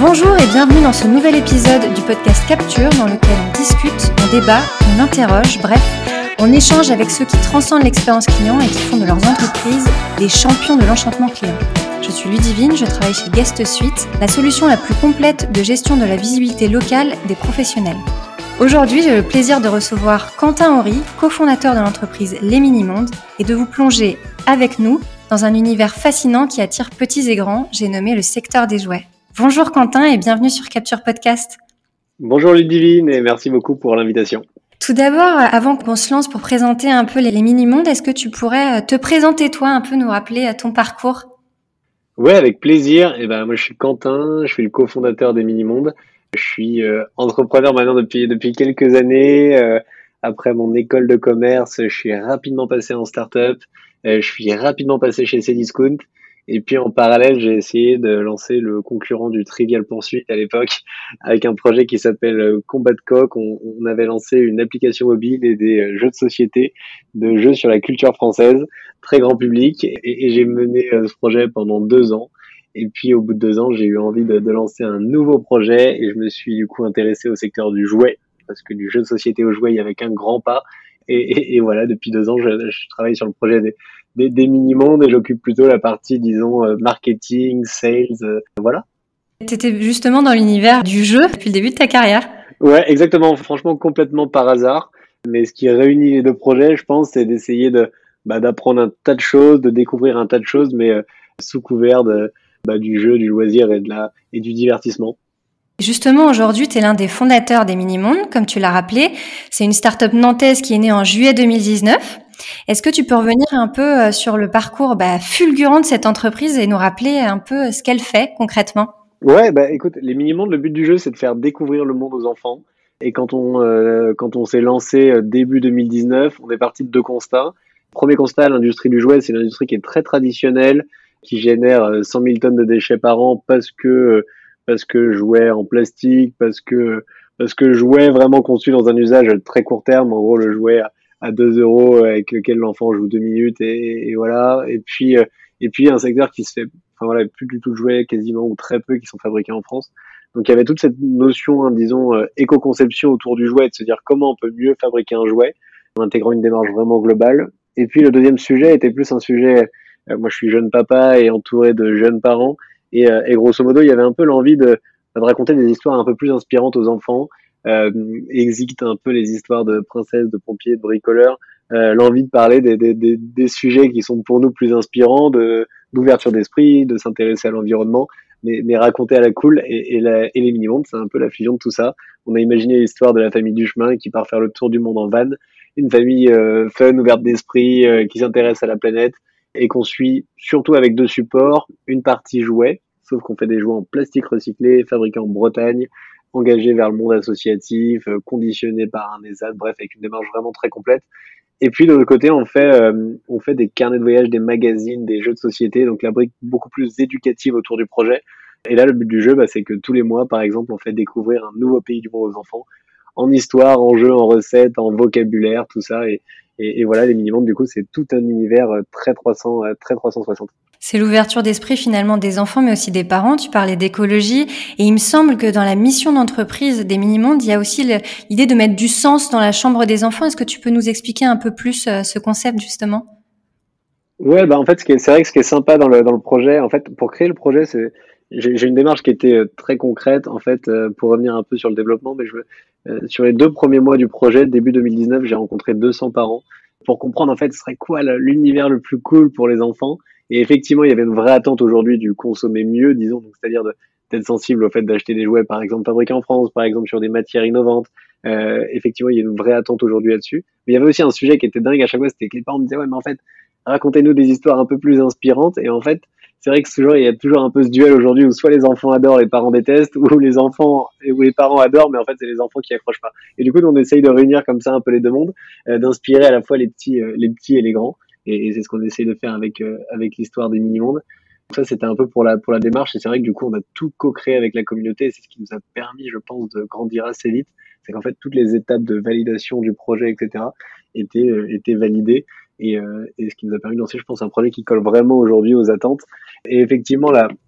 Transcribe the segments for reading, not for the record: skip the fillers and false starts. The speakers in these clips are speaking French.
Bonjour et bienvenue dans ce nouvel épisode du podcast Capture dans lequel on discute, on débat, on interroge, bref, on échange avec ceux qui transcendent l'expérience client et qui font de leurs entreprises des champions de l'enchantement client. Je suis Ludivine, je travaille chez Guest Suite, la solution la plus complète de gestion de la visibilité locale des professionnels. Aujourd'hui, j'ai le plaisir de recevoir Quentin Horry, cofondateur de l'entreprise Les Mini-Mondes, et de vous plonger avec nous dans un univers fascinant qui attire petits et grands, j'ai nommé le secteur des jouets. Bonjour Quentin et bienvenue sur Capture Podcast. Bonjour Ludivine et merci beaucoup pour l'invitation. Tout d'abord, avant qu'on se lance pour présenter un peu les mini-mondes, est-ce que tu pourrais te présenter toi, un peu nous rappeler ton parcours ? Ouais, avec plaisir. Moi je suis Quentin, je suis le cofondateur des Mini-Mondes. Je suis entrepreneur maintenant depuis quelques années. Après mon école de commerce, je suis rapidement passé en start-up. Je suis rapidement passé chez Cdiscount. Et puis en parallèle, j'ai essayé de lancer le concurrent du Trivial Pursuit à l'époque avec un projet qui s'appelle Combat de Coq. On avait lancé une application mobile et des jeux de société, de jeux sur la culture française, très grand public. Et j'ai mené ce projet pendant 2 ans. Et puis au bout de 2 ans, j'ai eu envie de lancer un nouveau projet et je me suis du coup intéressé au secteur du jouet parce que du jeu de société au jouet, il y avait qu'un grand pas. Et voilà, depuis 2 ans, je travaille sur le projet des mini-mondes et j'occupe plutôt la partie, disons, marketing, sales, voilà. Tu étais justement dans l'univers du jeu depuis le début de ta carrière. Ouais, exactement. Franchement, complètement par hasard. Mais ce qui réunit les deux projets, je pense, c'est d'essayer d'apprendre un tas de choses, de découvrir un tas de choses, mais sous couvert du jeu, du loisir et du divertissement. Justement, aujourd'hui, tu es l'un des fondateurs des Mini-Mondes, comme tu l'as rappelé. C'est une start-up nantaise qui est née en juillet 2019. Est-ce que tu peux revenir un peu sur le parcours fulgurant de cette entreprise et nous rappeler un peu ce qu'elle fait concrètement ? Ouais, écoute, les mini-mondes, le but du jeu, c'est de faire découvrir le monde aux enfants. Et quand on s'est lancé début 2019, on est parti de 2 constats. Premier constat, l'industrie du jouet, c'est une industrie qui est très traditionnelle, qui génère 100 000 tonnes de déchets par an parce que jouets en plastique, parce que jouet vraiment conçu dans un usage très court terme. En gros, le jouet à 2 euros avec lequel l'enfant joue 2 minutes et voilà. Et puis un secteur qui se fait, enfin voilà, plus du tout de jouets quasiment ou très peu qui sont fabriqués en France. Donc il y avait toute cette notion, disons, éco-conception autour du jouet, de se dire comment on peut mieux fabriquer un jouet en intégrant une démarche vraiment globale. Et puis le deuxième sujet était plus un sujet, moi je suis jeune papa et entouré de jeunes parents, et grosso modo il y avait un peu l'envie de raconter des histoires un peu plus inspirantes aux enfants, exit un peu les histoires de princesses, de pompiers, de bricoleurs, l'envie de parler des sujets qui sont pour nous plus inspirants, d'ouverture d'esprit, de s'intéresser à l'environnement, mais raconter à la cool, et les mini-mondes, c'est un peu la fusion de tout ça. On a imaginé l'histoire de la famille Duchemin qui part faire le tour du monde en van, une famille fun, ouverte d'esprit, qui s'intéresse à la planète, et qu'on suit surtout avec 2 supports, une partie jouets, sauf qu'on fait des jouets en plastique recyclé, fabriqués en Bretagne, engagés vers le monde associatif, conditionnés par un ESAT, bref, avec une démarche vraiment très complète. Et puis de l'autre côté, on fait des carnets de voyage, des magazines, des jeux de société, donc la brique beaucoup plus éducative autour du projet. Et là, le but du jeu, c'est que tous les mois, par exemple, on fait découvrir un nouveau pays du monde aux enfants, en histoire, en jeu, en recettes, en vocabulaire, tout ça. Et voilà, les mini-mondes, du coup, c'est tout un univers très 360. C'est l'ouverture d'esprit finalement des enfants, mais aussi des parents. Tu parlais d'écologie et il me semble que dans la mission d'entreprise des Mini-Mondes, il y a aussi l'idée de mettre du sens dans la chambre des enfants. Est-ce que tu peux nous expliquer un peu plus ce concept justement ? Ouais, en fait, c'est vrai que ce qui est sympa dans le projet, en fait, pour créer le projet, j'ai une démarche qui était très concrète, en fait, pour revenir un peu sur le développement, mais sur les 2 premiers mois du projet, début 2019, j'ai rencontré 200 parents pour comprendre, en fait, ce serait quoi l'univers le plus cool pour les enfants. Et effectivement, il y avait une vraie attente aujourd'hui du consommer mieux, disons, donc c'est-à-dire d'être sensible au fait d'acheter des jouets, par exemple, fabriqués en France, par exemple, sur des matières innovantes. Effectivement, il y a une vraie attente aujourd'hui là-dessus. Mais il y avait aussi un sujet qui était dingue à chaque fois, c'était que les parents me disaient, ouais, mais en fait, racontez-nous des histoires un peu plus inspirantes. Et en fait, c'est vrai que il y a toujours un peu ce duel aujourd'hui où soit les enfants adorent, les parents détestent, ou les parents adorent, mais en fait, c'est les enfants qui accrochent pas. Et du coup, on essaye de réunir comme ça un peu les 2 mondes, d'inspirer à la fois les petits et les grands. Et c'est ce qu'on essaye de faire avec l'histoire des mini-mondes. Ça, c'était un peu pour la démarche. Et c'est vrai que du coup, on a tout co-créé avec la communauté. Et c'est ce qui nous a permis, je pense, de grandir assez vite. C'est qu'en fait, toutes les étapes de validation du projet, etc., étaient validées. Et ce qui nous a permis de lancer, je pense, un projet qui colle vraiment aujourd'hui aux attentes. Et effectivement,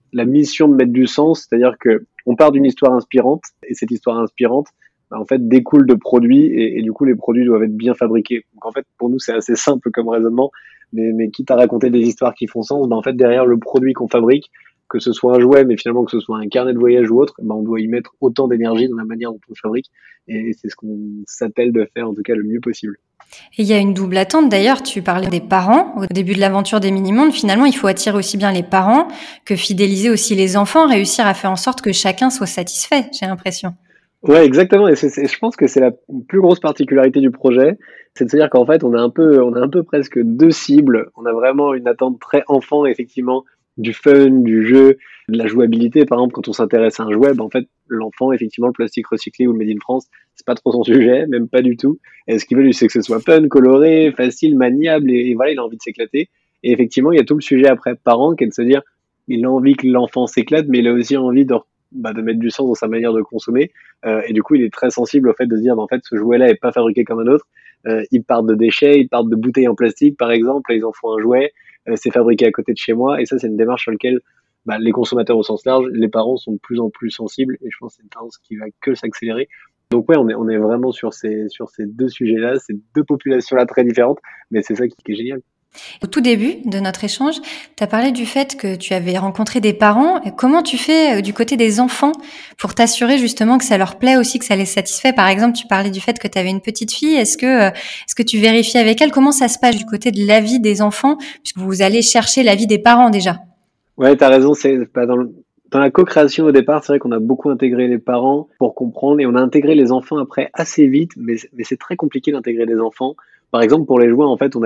la mission de mettre du sens, c'est-à-dire que on part d'une histoire inspirante et cette histoire inspirante, en fait, découle de produits et du coup, les produits doivent être bien fabriqués. Donc en fait, pour nous, c'est assez simple comme raisonnement, mais quitte à raconter des histoires qui font sens, en fait, derrière le produit qu'on fabrique, que ce soit un jouet, mais finalement que ce soit un carnet de voyage ou autre, on doit y mettre autant d'énergie dans la manière dont on le fabrique et c'est ce qu'on s'attelle de faire en tout cas le mieux possible. Et il y a une double attente d'ailleurs, tu parlais des parents au début de l'aventure des mini-mondes, finalement il faut attirer aussi bien les parents que fidéliser aussi les enfants, réussir à faire en sorte que chacun soit satisfait, j'ai l'impression. Ouais, exactement. Et je pense que c'est la plus grosse particularité du projet, c'est de se dire qu'en fait, on a un peu presque deux cibles. On a vraiment une attente très enfant, effectivement, du fun, du jeu, de la jouabilité. Par exemple, quand on s'intéresse à un jouet, en fait, l'enfant, effectivement, le plastique recyclé ou le Made in France, c'est pas trop son sujet, même pas du tout. Et ce qu'il veut, lui, c'est que ce soit fun, coloré, facile, maniable, et voilà, il a envie de s'éclater. Et effectivement, il y a tout le sujet après parent qui est de se dire, il a envie que l'enfant s'éclate, mais il a aussi envie de mettre du sens dans sa manière de consommer. Et du coup, il est très sensible au fait de se dire, en fait, ce jouet-là est pas fabriqué comme un autre. Ils partent de déchets, ils partent de bouteilles en plastique, par exemple, et ils en font un jouet. C'est fabriqué à côté de chez moi. Et ça, c'est une démarche sur laquelle les consommateurs au sens large, les parents sont de plus en plus sensibles. Et je pense que c'est une tendance qui va que s'accélérer. Donc ouais, on est vraiment sur ces deux sujets-là, ces deux populations-là très différentes. Mais c'est ça qui est génial. Au tout début de notre échange, tu as parlé du fait que tu avais rencontré des parents. Comment tu fais du côté des enfants pour t'assurer justement que ça leur plaît aussi, que ça les satisfait? Par exemple, tu parlais du fait que tu avais une petite fille. Est-ce que tu vérifies avec elle comment ça se passe du côté de l'avis des enfants, puisque vous allez chercher l'avis des parents déjà? Ouais, t'as raison, c'est pas dans la co-création au départ, c'est vrai qu'on a beaucoup intégré les parents pour comprendre et on a intégré les enfants après assez vite, mais c'est très compliqué d'intégrer les enfants. Par exemple, pour les jouets, en fait,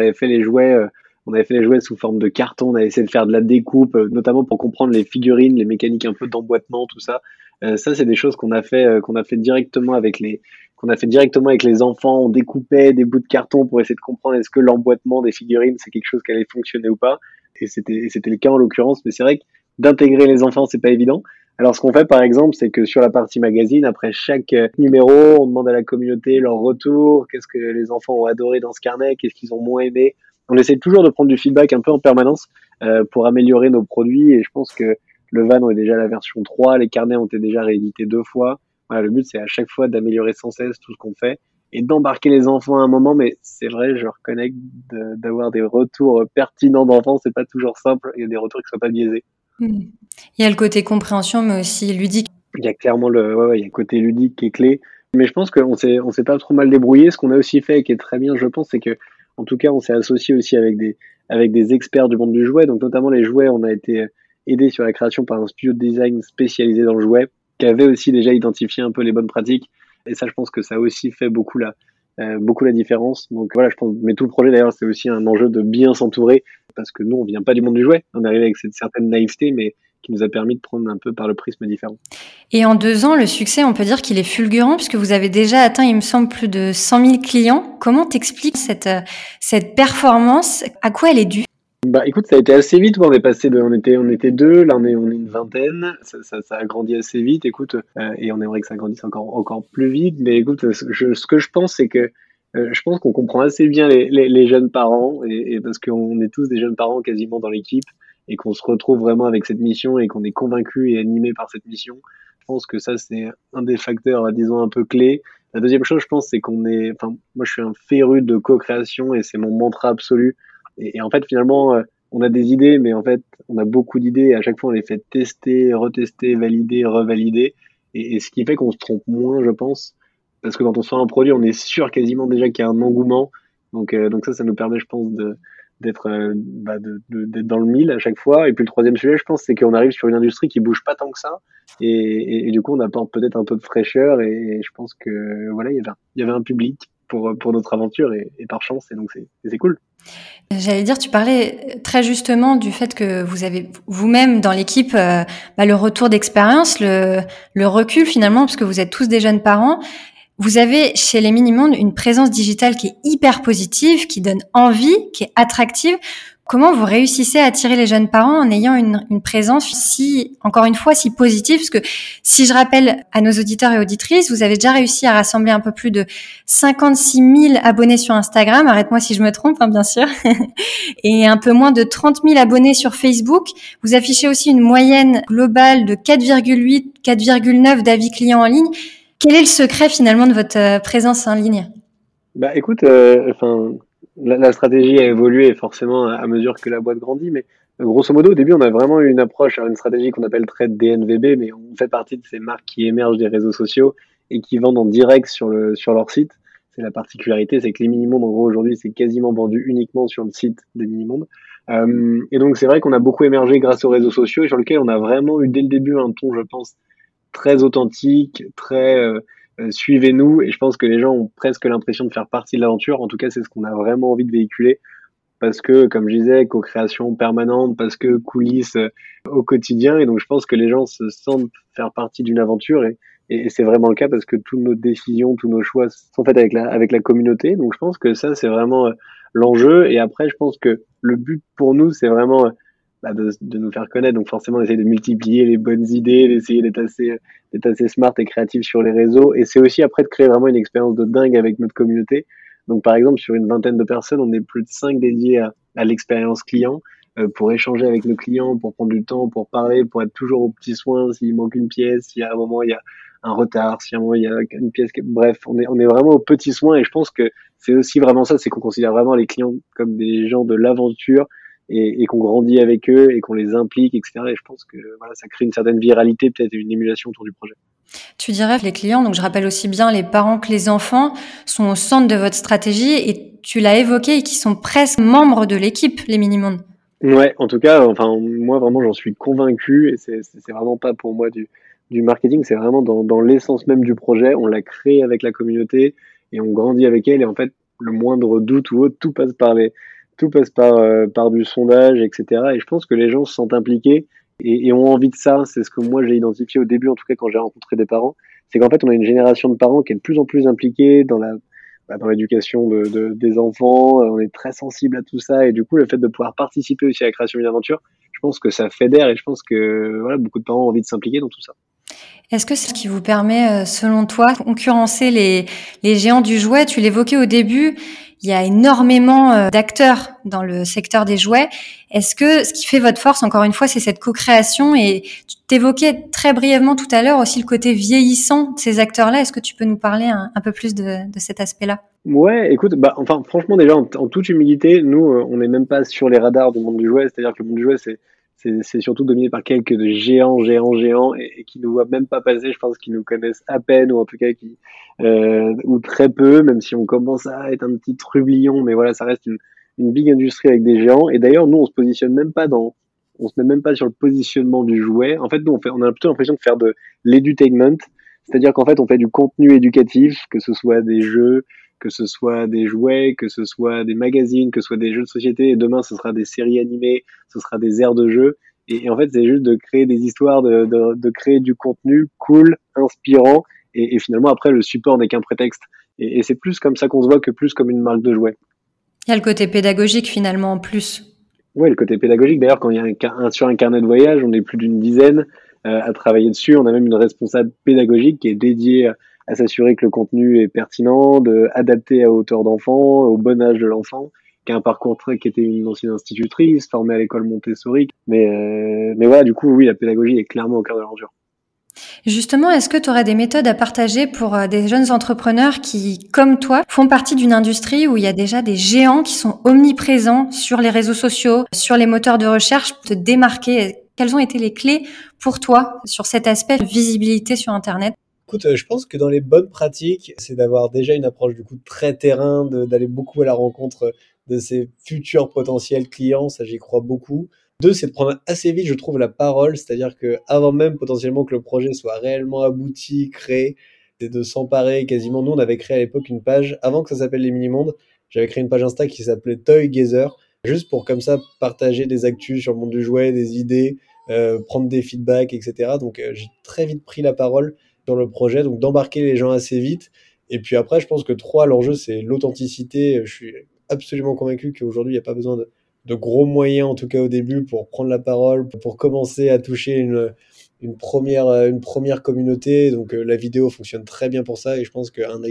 on avait fait les jouets sous forme de carton, on avait essayé de faire de la découpe, notamment pour comprendre les figurines, les mécaniques un peu d'emboîtement, tout ça. Ça, c'est des choses qu'on a fait directement avec les enfants. On découpait des bouts de carton pour essayer de comprendre est-ce que l'emboîtement des figurines, c'est quelque chose qui allait fonctionner ou pas. Et c'était le cas en l'occurrence, mais c'est vrai que d'intégrer les enfants, c'est pas évident. Alors, ce qu'on fait, par exemple, c'est que sur la partie magazine, après chaque numéro, on demande à la communauté leur retour, qu'est-ce que les enfants ont adoré dans ce carnet, qu'est-ce qu'ils ont moins aimé. On essaie toujours de prendre du feedback un peu en permanence pour améliorer nos produits. Et je pense que le van est déjà à la version 3, les carnets ont été déjà réédités 2 fois. Voilà, le but, c'est à chaque fois d'améliorer sans cesse tout ce qu'on fait et d'embarquer les enfants à un moment. Mais c'est vrai, je reconnais d'avoir des retours pertinents d'enfants, c'est pas toujours simple. Il y a des retours qui soient pas biaisés. Il y a le côté compréhension, mais aussi ludique. Il y a clairement il y a le côté ludique qui est clé. Mais je pense qu'on s'est pas trop mal débrouillé. Ce qu'on a aussi fait, et qui est très bien, je pense, c'est que, en tout cas, on s'est associé aussi avec des experts du monde du jouet. Donc, notamment les jouets, on a été aidé sur la création par un studio de design spécialisé dans le jouet, qui avait aussi déjà identifié un peu les bonnes pratiques. Et ça, je pense que ça a aussi fait beaucoup la différence. Donc voilà, je pense, mais tout le projet d'ailleurs, c'est aussi un enjeu de bien s'entourer, parce que nous, on vient pas du monde du jouet. On est arrivé avec cette certaine naïveté, mais qui nous a permis de prendre un peu par le prisme différent. Et en 2 ans, le succès, on peut dire qu'il est fulgurant puisque vous avez déjà atteint, il me semble, plus de 100 000 clients. Comment t'expliques cette performance? À quoi elle est due? Écoute, ça a été assez vite. On était deux, là on est une vingtaine. Ça a grandi assez vite. Écoute, et on aimerait que ça grandisse encore plus vite. Mais écoute, ce que je pense, c'est que je pense qu'on comprend assez bien les jeunes parents et parce qu'on est tous des jeunes parents quasiment dans l'équipe et qu'on se retrouve vraiment avec cette mission et qu'on est convaincu et animé par cette mission. Je pense que ça, c'est un des facteurs, disons, un peu clés. La deuxième chose, je pense, c'est moi, je suis un féru de co-création et c'est mon mantra absolu. Et en fait, finalement, on a des idées, mais en fait, on a beaucoup d'idées et à chaque fois, on les fait tester, retester, valider, revalider. Et ce qui fait qu'on se trompe moins, je pense. Parce que quand on sort un produit, on est sûr quasiment déjà qu'il y a un engouement. Donc ça nous permet, je pense, d'être dans le mille à chaque fois. Et puis le troisième sujet, je pense, c'est qu'on arrive sur une industrie qui bouge pas tant que ça. Et du coup, on apporte peut-être un peu de fraîcheur. Et je pense que voilà, il y avait un public pour notre aventure et par chance. Et donc c'est cool. J'allais dire, tu parlais très justement du fait que vous avez vous-même dans l'équipe le retour d'expérience, le recul finalement, parce que vous êtes tous des jeunes parents. Vous avez chez les Mini-Mondes une présence digitale qui est hyper positive, qui donne envie, qui est attractive. Comment vous réussissez à attirer les jeunes parents en ayant une présence encore une fois, si positive? Parce que si je rappelle à nos auditeurs et auditrices, vous avez déjà réussi à rassembler un peu plus de 56 000 abonnés sur Instagram. Arrête-moi si je me trompe, bien sûr. Et un peu moins de 30 000 abonnés sur Facebook. Vous affichez aussi une moyenne globale de 4,8, 4,9 d'avis clients en ligne. Quel est le secret finalement de votre présence en ligne? Bah écoute, la stratégie a évolué forcément à mesure que la boîte grandit, mais grosso modo, au début, on a vraiment eu une approche, une stratégie qu'on appelle trade DNVB, mais on fait partie de ces marques qui émergent des réseaux sociaux et qui vendent en direct sur leur site. C'est la particularité, c'est que les Mini-Mondes, en gros, aujourd'hui, c'est quasiment vendu uniquement sur le site des Mini-Mondes. Et donc, c'est vrai qu'on a beaucoup émergé grâce aux réseaux sociaux et sur lequel on a vraiment eu dès le début un ton, je pense, très authentique, très suivez-nous. Et je pense que les gens ont presque l'impression de faire partie de l'aventure. En tout cas, c'est ce qu'on a vraiment envie de véhiculer. Parce que, comme je disais, co-création permanente, parce que coulisses au quotidien. Et donc, je pense que les gens se sentent faire partie d'une aventure. Et c'est vraiment le cas parce que toutes nos décisions, tous nos choix sont faits avec la communauté. Donc, je pense que ça, c'est vraiment l'enjeu. Et après, je pense que le but pour nous, c'est vraiment de nous faire connaître. Donc, forcément, d'essayer de multiplier les bonnes idées, d'essayer d'être assez smart et créatif sur les réseaux. Et c'est aussi après de créer vraiment une expérience de dingue avec notre communauté. Donc, par exemple, sur une vingtaine de personnes, on est plus de 5 dédiés à l'expérience client pour échanger avec nos clients, pour prendre du temps, pour parler, pour être toujours aux petits soins s'il manque une pièce, s'il y a un moment il y a un retard, si à un moment il y a une pièce. Bref, on est vraiment aux petits soins et je pense que c'est aussi vraiment ça, c'est qu'on considère vraiment les clients comme des gens de l'aventure et qu'on grandit avec eux et qu'on les implique, etc. Et je pense que voilà, ça crée une certaine viralité, peut-être une émulation autour du projet. Tu dirais que les clients, donc je rappelle aussi bien les parents que les enfants, sont au centre de votre stratégie et tu l'as évoqué et qui sont presque membres de l'équipe, les Mini-Mondes. Ouais, en tout cas, enfin, moi vraiment j'en suis convaincu et c'est vraiment pas pour moi du marketing, c'est vraiment dans l'essence même du projet. On l'a créé avec la communauté et on grandit avec elle et en fait, le moindre doute ou autre, tout passe par du sondage, etc. Et je pense que les gens se sentent impliqués et ont envie de ça. C'est ce que moi j'ai identifié au début, en tout cas quand j'ai rencontré des parents. C'est qu'en fait, on a une génération de parents qui est de plus en plus impliquée dans l'éducation des enfants. On est très sensible à tout ça et du coup, le fait de pouvoir participer aussi à la création d'une aventure, je pense que ça fédère et je pense que voilà, beaucoup de parents ont envie de s'impliquer dans tout ça. Est-ce que c'est ce qui vous permet, selon toi, de concurrencer les géants du jouet? Tu l'évoquais au début, il y a énormément d'acteurs dans le secteur des jouets. Est-ce que ce qui fait votre force, encore une fois, c'est cette co-création? Et tu t'évoquais très brièvement tout à l'heure aussi le côté vieillissant de ces acteurs-là. Est-ce que tu peux nous parler un peu plus de cet aspect-là? Ouais, écoute, enfin, franchement, déjà, en toute humilité, nous, on n'est même pas sur les radars du monde du jouet. C'est-à-dire que le monde du jouet, c'est surtout dominé par quelques géants et qui nous voient même pas passer. Je pense qu'ils nous connaissent à peine ou en tout cas ou très peu, même si on commence à être un petit trublion. Mais voilà, ça reste une big industrie avec des géants. Et d'ailleurs, nous, on se met même pas sur le positionnement du jouet. En fait, nous, on a plutôt l'impression de faire de l'edutainment. C'est-à-dire qu'en fait, on fait du contenu éducatif, que ce soit des jeux, que ce soit des jouets, que ce soit des magazines, que ce soit des jeux de société. Et demain, ce sera des séries animées, ce sera des aires de jeu. Et en fait, c'est juste de créer des histoires, de créer du contenu cool, inspirant. Et finalement, après, le support n'est qu'un prétexte. Et c'est plus comme ça qu'on se voit que plus comme une marque de jouets. Il y a le côté pédagogique finalement en plus. Ouais, le côté pédagogique. D'ailleurs, quand il y a sur un carnet de voyage, on est plus d'une dizaine à travailler dessus. On a même une responsable pédagogique qui est dédiée à s'assurer que le contenu est pertinent, adapté à hauteur d'enfant, au bon âge de l'enfant, qui a un parcours qui était une ancienne institutrice, formée à l'école Montessori. Mais voilà, du coup, oui, la pédagogie est clairement au cœur de l'aventure. Justement, est-ce que tu aurais des méthodes à partager pour des jeunes entrepreneurs qui, comme toi, font partie d'une industrie où il y a déjà des géants qui sont omniprésents sur les réseaux sociaux, sur les moteurs de recherche, pour te démarquer? Quelles ont été les clés pour toi sur cet aspect de visibilité sur Internet? Écoute, je pense que dans les bonnes pratiques, c'est d'avoir déjà une approche du coup très terrain, d'aller beaucoup à la rencontre de ses futurs potentiels clients, ça j'y crois beaucoup. Deux, c'est de prendre assez vite, je trouve, la parole, c'est-à-dire que avant même potentiellement que le projet soit réellement abouti, créé, c'est de s'emparer quasiment. Nous, on avait créé à l'époque une page, avant que ça s'appelle les Mini-Mondes, j'avais créé une page Insta qui s'appelait Toy Gazer, juste pour comme ça partager des actus sur le monde du jouet, des idées, prendre des feedbacks, etc. Donc j'ai très vite pris la parole sur le projet, donc d'embarquer les gens assez vite Et puis après, je pense que 3, l'enjeu, c'est l'authenticité. Je suis absolument convaincu qu'aujourd'hui, il n'y a pas besoin de gros moyens, en tout cas au début, pour prendre la parole, pour commencer à toucher une première communauté. Donc la vidéo fonctionne très bien pour ça et je pense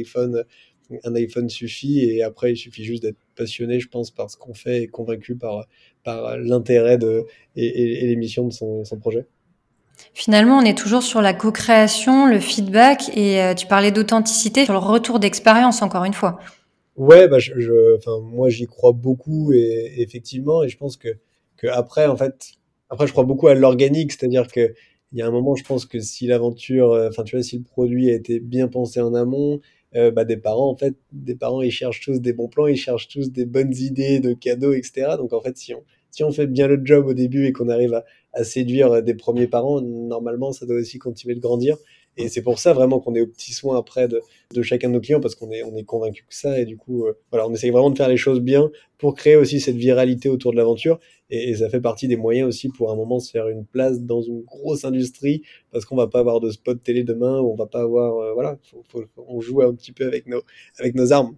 un iPhone suffit et après il suffit juste d'être passionné, je pense, par ce qu'on fait et convaincu par l'intérêt et l'émission de son projet. Finalement, on est toujours sur la co-création, le feedback et tu parlais d'authenticité, sur le retour d'expérience encore une fois. Ouais, bah enfin, moi j'y crois beaucoup et effectivement, et je pense que après, en fait, après je crois beaucoup à l'organique, c'est-à-dire que il y a un moment, je pense que si l'aventure, enfin tu vois, si le produit a été bien pensé en amont, bah des parents ils cherchent tous des bons plans, ils cherchent tous des bonnes idées de cadeaux, etc. Donc en fait, si on fait bien le job au début et qu'on arrive à séduire des premiers parents, normalement ça doit aussi continuer de grandir. Et c'est pour ça vraiment qu'on est aux petits soins après de chacun de nos clients parce qu'on est convaincu que ça et du coup voilà, on essaye vraiment de faire les choses bien pour créer aussi cette viralité autour de l'aventure et ça fait partie des moyens aussi pour un moment se faire une place dans une grosse industrie parce qu'on va pas avoir de spot télé demain ou on va pas avoir voilà, on joue un petit peu avec nos armes.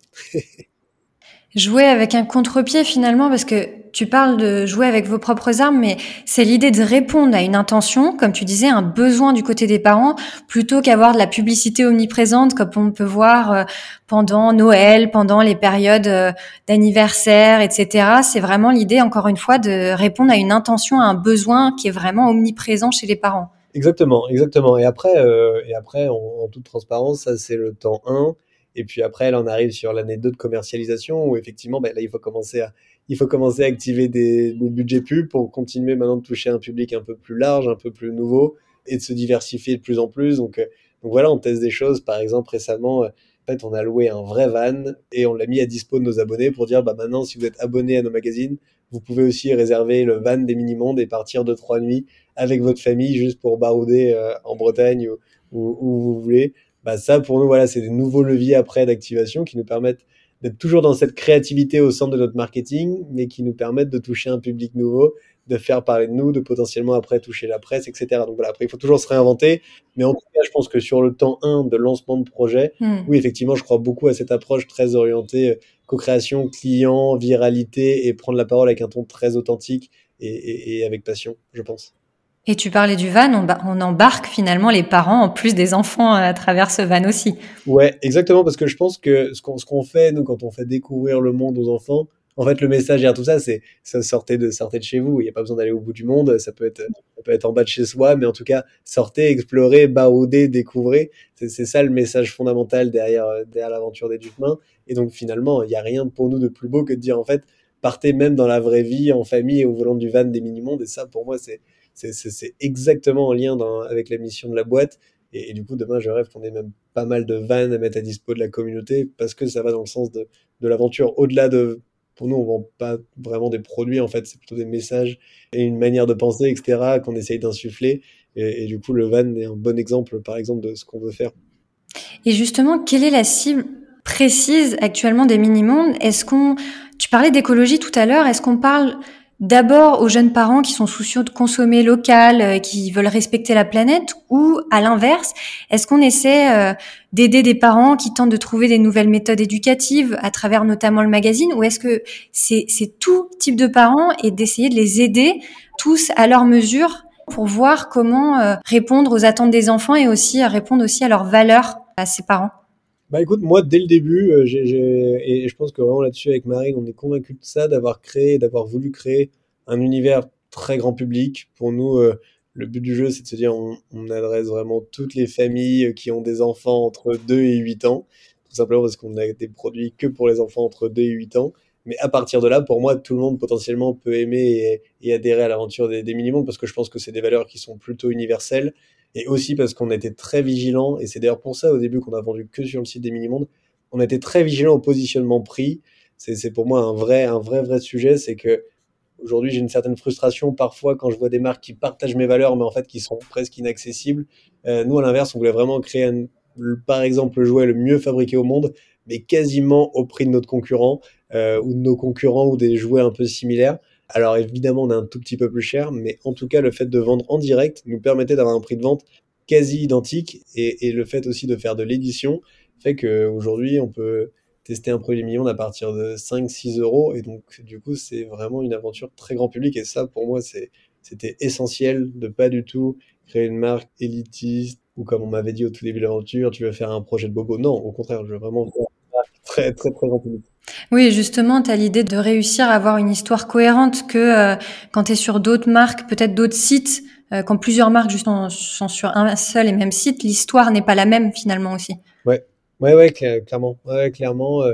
Jouer avec un contre-pied finalement, parce que tu parles de jouer avec vos propres armes, mais c'est l'idée de répondre à une intention, comme tu disais, un besoin du côté des parents, plutôt qu'avoir de la publicité omniprésente, comme on peut voir pendant Noël, pendant les périodes d'anniversaire, etc. C'est vraiment l'idée, encore une fois, de répondre à une intention, à un besoin qui est vraiment omniprésent chez les parents. Exactement, exactement. Et après, en toute transparence, ça c'est le temps 1. Et puis après, là, on arrive sur l'année 2 de commercialisation où effectivement, ben, là, il faut commencer à activer des budgets pubs pour continuer maintenant de toucher un public un peu plus large, un peu plus nouveau et de se diversifier de plus en plus. Donc voilà, on teste des choses. Par exemple, récemment, en fait, on a loué un vrai van et on l'a mis à dispo de nos abonnés pour dire, bah maintenant, si vous êtes abonné à nos magazines, vous pouvez aussi réserver le van des Mini-Mondes et partir 2-3 nuits avec votre famille juste pour barouder en Bretagne ou où vous voulez. Bah ça, pour nous, voilà, c'est des nouveaux leviers après d'activation qui nous permettent d'être toujours dans cette créativité au centre de notre marketing, mais qui nous permettent de toucher un public nouveau, de faire parler de nous, de potentiellement après toucher la presse, etc. Donc voilà, après, il faut toujours se réinventer. Mais en tout cas, je pense que sur le temps 1 de lancement de projet, oui, effectivement, je crois beaucoup à cette approche très orientée co-création, client, viralité et prendre la parole avec un ton très authentique et avec passion, je pense. Et tu parlais du van, on embarque finalement les parents en plus des enfants à travers ce van aussi. Ouais, exactement, parce que je pense que ce qu'on fait, nous, quand on fait découvrir le monde aux enfants, en fait, le message derrière tout ça, c'est ça sortez de chez vous. Il n'y a pas besoin d'aller au bout du monde. Ça peut être en bas de chez soi, mais en tout cas, sortez, explorez, baroudez, découvrez. C'est ça le message fondamental derrière l'aventure des Duckmains. Et donc, finalement, il n'y a rien pour nous de plus beau que de dire, en fait, partez même dans la vraie vie, en famille et au volant du van des mini-mondes. Et ça, pour moi, c'est exactement en lien avec la mission de la boîte. Et du coup, demain, je rêve qu'on ait même pas mal de vannes à mettre à dispo de la communauté parce que ça va dans le sens de l'aventure. Au-delà de, pour nous, on vend pas vraiment des produits, en fait, c'est plutôt des messages et une manière de penser, etc., qu'on essaye d'insuffler. Et du coup, le van est un bon exemple, par exemple, de ce qu'on veut faire. Et justement, quelle est la cible précise actuellement des mini-mondes? Tu parlais d'écologie tout à l'heure, est-ce qu'on parle d'abord aux jeunes parents qui sont soucieux de consommer local, qui veulent respecter la planète, ou à l'inverse, est-ce qu'on essaie d'aider des parents qui tentent de trouver des nouvelles méthodes éducatives à travers notamment le magazine, ou est-ce que c'est tout type de parents et d'essayer de les aider tous à leur mesure pour voir comment répondre aux attentes des enfants et aussi répondre aussi à leurs valeurs à ses parents? Bah écoute, moi dès le début, et je pense que vraiment là-dessus avec Marine, on est convaincu de ça, d'avoir voulu créer un univers très grand public. Pour nous, le but du jeu, c'est de se dire on adresse vraiment toutes les familles qui ont des enfants entre 2 et 8 ans, tout simplement parce qu'on a des produits que pour les enfants entre 2 et 8 ans. Mais à partir de là, pour moi, tout le monde potentiellement peut aimer et adhérer à l'aventure des mini-mondes parce que je pense que c'est des valeurs qui sont plutôt universelles et aussi parce qu'on a été très vigilant, et c'est d'ailleurs pour ça au début qu'on a vendu que sur le site des mini-mondes, on a été très vigilant au positionnement prix. C'est pour moi un vrai sujet, c'est que aujourd'hui j'ai une certaine frustration parfois quand je vois des marques qui partagent mes valeurs mais en fait qui sont presque inaccessibles. Nous à l'inverse, on voulait vraiment créer par exemple le jouet le mieux fabriqué au monde, mais quasiment au prix de notre concurrent ou de nos concurrents ou des jouets un peu similaires. Alors évidemment, on est un tout petit peu plus cher, mais en tout cas, le fait de vendre en direct nous permettait d'avoir un prix de vente quasi identique et le fait aussi de faire de l'édition fait qu'aujourd'hui, on peut tester un produit million à partir de 5-6 euros. Et donc, du coup, c'est vraiment une aventure très grand public. Et ça, pour moi, c'était essentiel de pas du tout créer une marque élitiste ou comme on m'avait dit au tout début de l'aventure, tu veux faire un projet de bobo. Non, au contraire, je veux vraiment faire une marque très, très, très grand public. Oui, justement, tu as l'idée de réussir à avoir une histoire cohérente que quand tu es sur d'autres marques, peut-être d'autres sites, quand plusieurs marques justement sont sur un seul et même site, l'histoire n'est pas la même finalement aussi. Ouais, ouais, clairement. Ouais, clairement.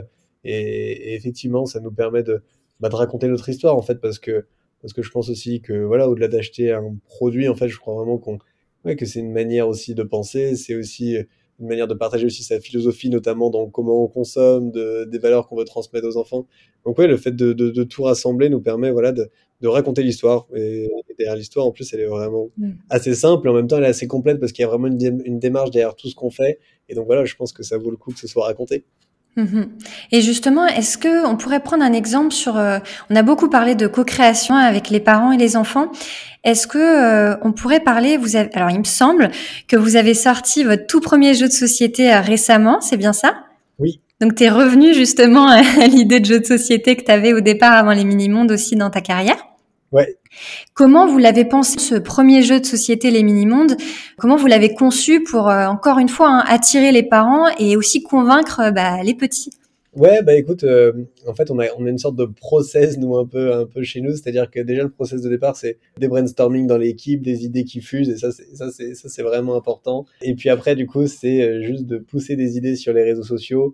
Et effectivement, ça nous permet de raconter notre histoire, en fait, parce que je pense aussi que, voilà, au-delà d'acheter un produit, en fait, je crois vraiment ouais, que c'est une manière aussi de penser, c'est aussi une manière de partager aussi sa philosophie, notamment dans comment on consomme, des valeurs qu'on veut transmettre aux enfants. Donc, ouais, le fait de tout rassembler nous permet, voilà, de raconter l'histoire. Et derrière l'histoire, en plus, elle est vraiment assez simple, et en même temps, elle est assez complète parce qu'il y a vraiment une démarche derrière tout ce qu'on fait. Et donc voilà, je pense que ça vaut le coup que ce soit raconté. Mhm. Et justement, est-ce que on pourrait prendre un exemple sur on a beaucoup parlé de co-création avec les parents et les enfants. Est-ce que on pourrait parler alors il me semble que vous avez sorti votre tout premier jeu de société récemment, c'est bien ça? Oui. Donc tu es revenu justement à l'idée de jeu de société que tu avais au départ avant les mini-mondes aussi dans ta carrière. Ouais. Comment vous l'avez pensé, ce premier jeu de société, les mini-mondes? Comment vous l'avez conçu pour, encore une fois, hein, attirer les parents et aussi convaincre les petits? Ouais, bah écoute, en fait, on a une sorte de process, nous, un peu chez nous. C'est-à-dire que déjà, le process de départ, c'est des brainstorming dans l'équipe, des idées qui fusent, et ça, c'est vraiment important. Et puis après, du coup, c'est juste de pousser des idées sur les réseaux sociaux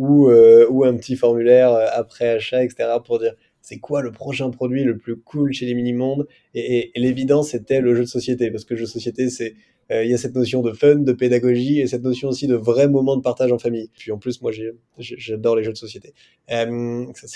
ou un petit formulaire après achat, etc., pour dire c'est quoi le prochain produit le plus cool chez les mini-mondes. Et l'évidence, c'était le jeu de société, parce que le jeu de société, il y a cette notion de fun, de pédagogie et cette notion aussi de vrai moment de partage en famille. Puis en plus, moi, j'adore les jeux de société. Ça,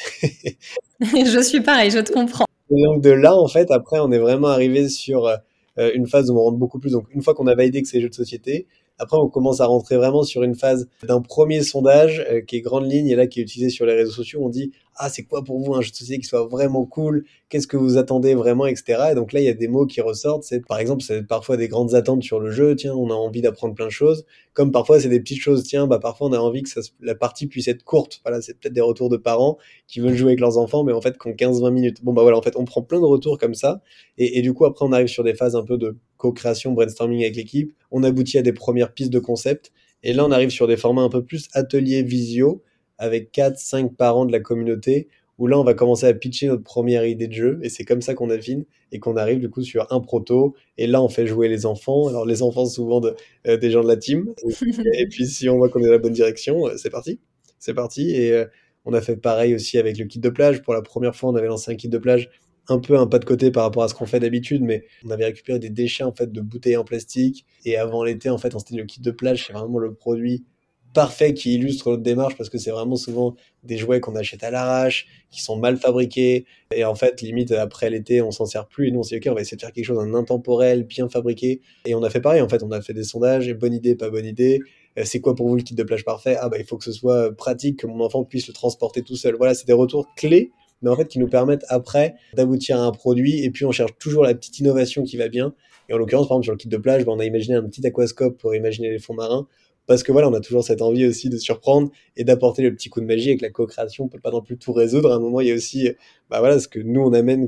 Je suis pareil, je te comprends. et donc de là, en fait, après, on est vraiment arrivé sur une phase où on rentre beaucoup plus. Donc une fois qu'on a validé que c'est les jeux de société, après on commence à rentrer vraiment sur une phase d'un premier sondage qui est grande ligne et là qui est utilisé sur les réseaux sociaux. On dit ah c'est quoi pour vous un jeu de société qui soit vraiment cool? Qu'est-ce que vous attendez vraiment, etc. Et donc là il y a des mots qui ressortent. C'est par exemple c'est parfois des grandes attentes sur le jeu. Tiens on a envie d'apprendre plein de choses. Comme parfois c'est des petites choses. Tiens parfois on a envie que la partie puisse être courte. Voilà c'est peut-être des retours de parents qui veulent jouer avec leurs enfants, mais en fait, qui ont 15-20 minutes. Bon, bah voilà, en fait, on prend plein de retours comme ça. Et du coup, après, on arrive sur des phases un peu de co-création, brainstorming avec l'équipe. On aboutit à des premières pistes de concept. Et là, on arrive sur des formats un peu plus atelier visio, avec 4-5 parents de la communauté, où là, on va commencer à pitcher notre première idée de jeu. Et c'est comme ça qu'on affine et qu'on arrive, du coup, sur un proto. Et là, on fait jouer les enfants. Alors, les enfants, souvent, des gens de la team. Et puis, si on voit qu'on est dans la bonne direction, c'est parti. C'est parti. Et on a fait pareil aussi avec le kit de plage. Pour la première fois, on avait lancé un kit de plage, un peu un pas de côté par rapport à ce qu'on fait d'habitude, mais on avait récupéré des déchets en fait de bouteilles en plastique. Et avant l'été, en fait, on s'était dit le kit de plage, c'est vraiment le produit parfait qui illustre notre démarche parce que c'est vraiment souvent des jouets qu'on achète à l'arrache, qui sont mal fabriqués. Et en fait, limite, après l'été, on s'en sert plus. Et nous, on s'est dit, OK, on va essayer de faire quelque chose en intemporel, bien fabriqué. Et on a fait pareil, en fait, on a fait des sondages, bonne idée, pas bonne idée. C'est quoi pour vous le kit de plage parfait? Ah bah il faut que ce soit pratique, que mon enfant puisse le transporter tout seul. Voilà, c'est des retours clés, mais en fait qui nous permettent après d'aboutir à un produit. Et puis on cherche toujours la petite innovation qui va bien. Et en l'occurrence, par exemple sur le kit de plage, on a imaginé un petit aquascope pour imaginer les fonds marins. Parce que voilà, on a toujours cette envie aussi de surprendre et d'apporter le petit coup de magie avec la co-création. On peut pas non plus tout résoudre. À un moment, il y a aussi, voilà, ce que nous on amène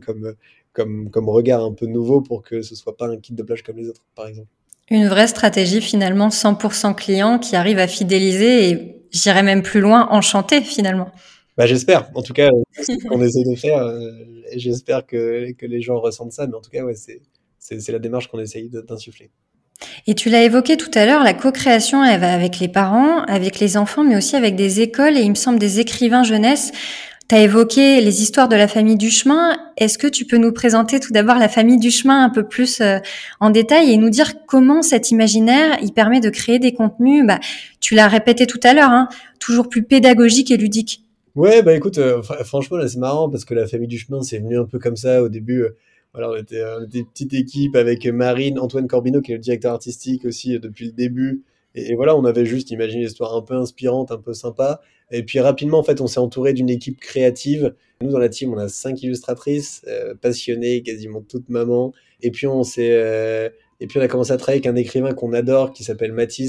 comme regard un peu nouveau pour que ce soit pas un kit de plage comme les autres, par exemple. Une vraie stratégie finalement 100% client qui arrive à fidéliser et j'irais même plus loin, enchanter finalement. Bah, j'espère. En tout cas, c'est ce qu'on essaie de faire. Et j'espère que les gens ressentent ça. Mais en tout cas, ouais, c'est la démarche qu'on essaye d'insuffler. Et tu l'as évoqué tout à l'heure, la co-création, elle va avec les parents, avec les enfants, mais aussi avec des écoles et il me semble des écrivains jeunesse. Tu as évoqué les histoires de la famille Duchemin. Est-ce que tu peux nous présenter tout d'abord la famille Duchemin un peu plus en détail et nous dire comment cet imaginaire, il permet de créer des contenus, tu l'as répété tout à l'heure, hein, toujours plus pédagogiques et ludiques. Ouais, bah écoute, franchement, là, c'est marrant parce que la famille Duchemin, c'est venu un peu comme ça au début. Voilà, on était une petite équipe avec Marine, Antoine Corbineau, qui est le directeur artistique aussi depuis le début. Et voilà, on avait juste imaginé une histoire un peu inspirante, un peu sympa. Et puis rapidement, en fait, on s'est entouré d'une équipe créative. Nous, dans la team, on a 5 illustratrices, passionnées, quasiment toutes mamans. Et puis on a commencé à travailler avec un écrivain qu'on adore, qui s'appelle Mathis,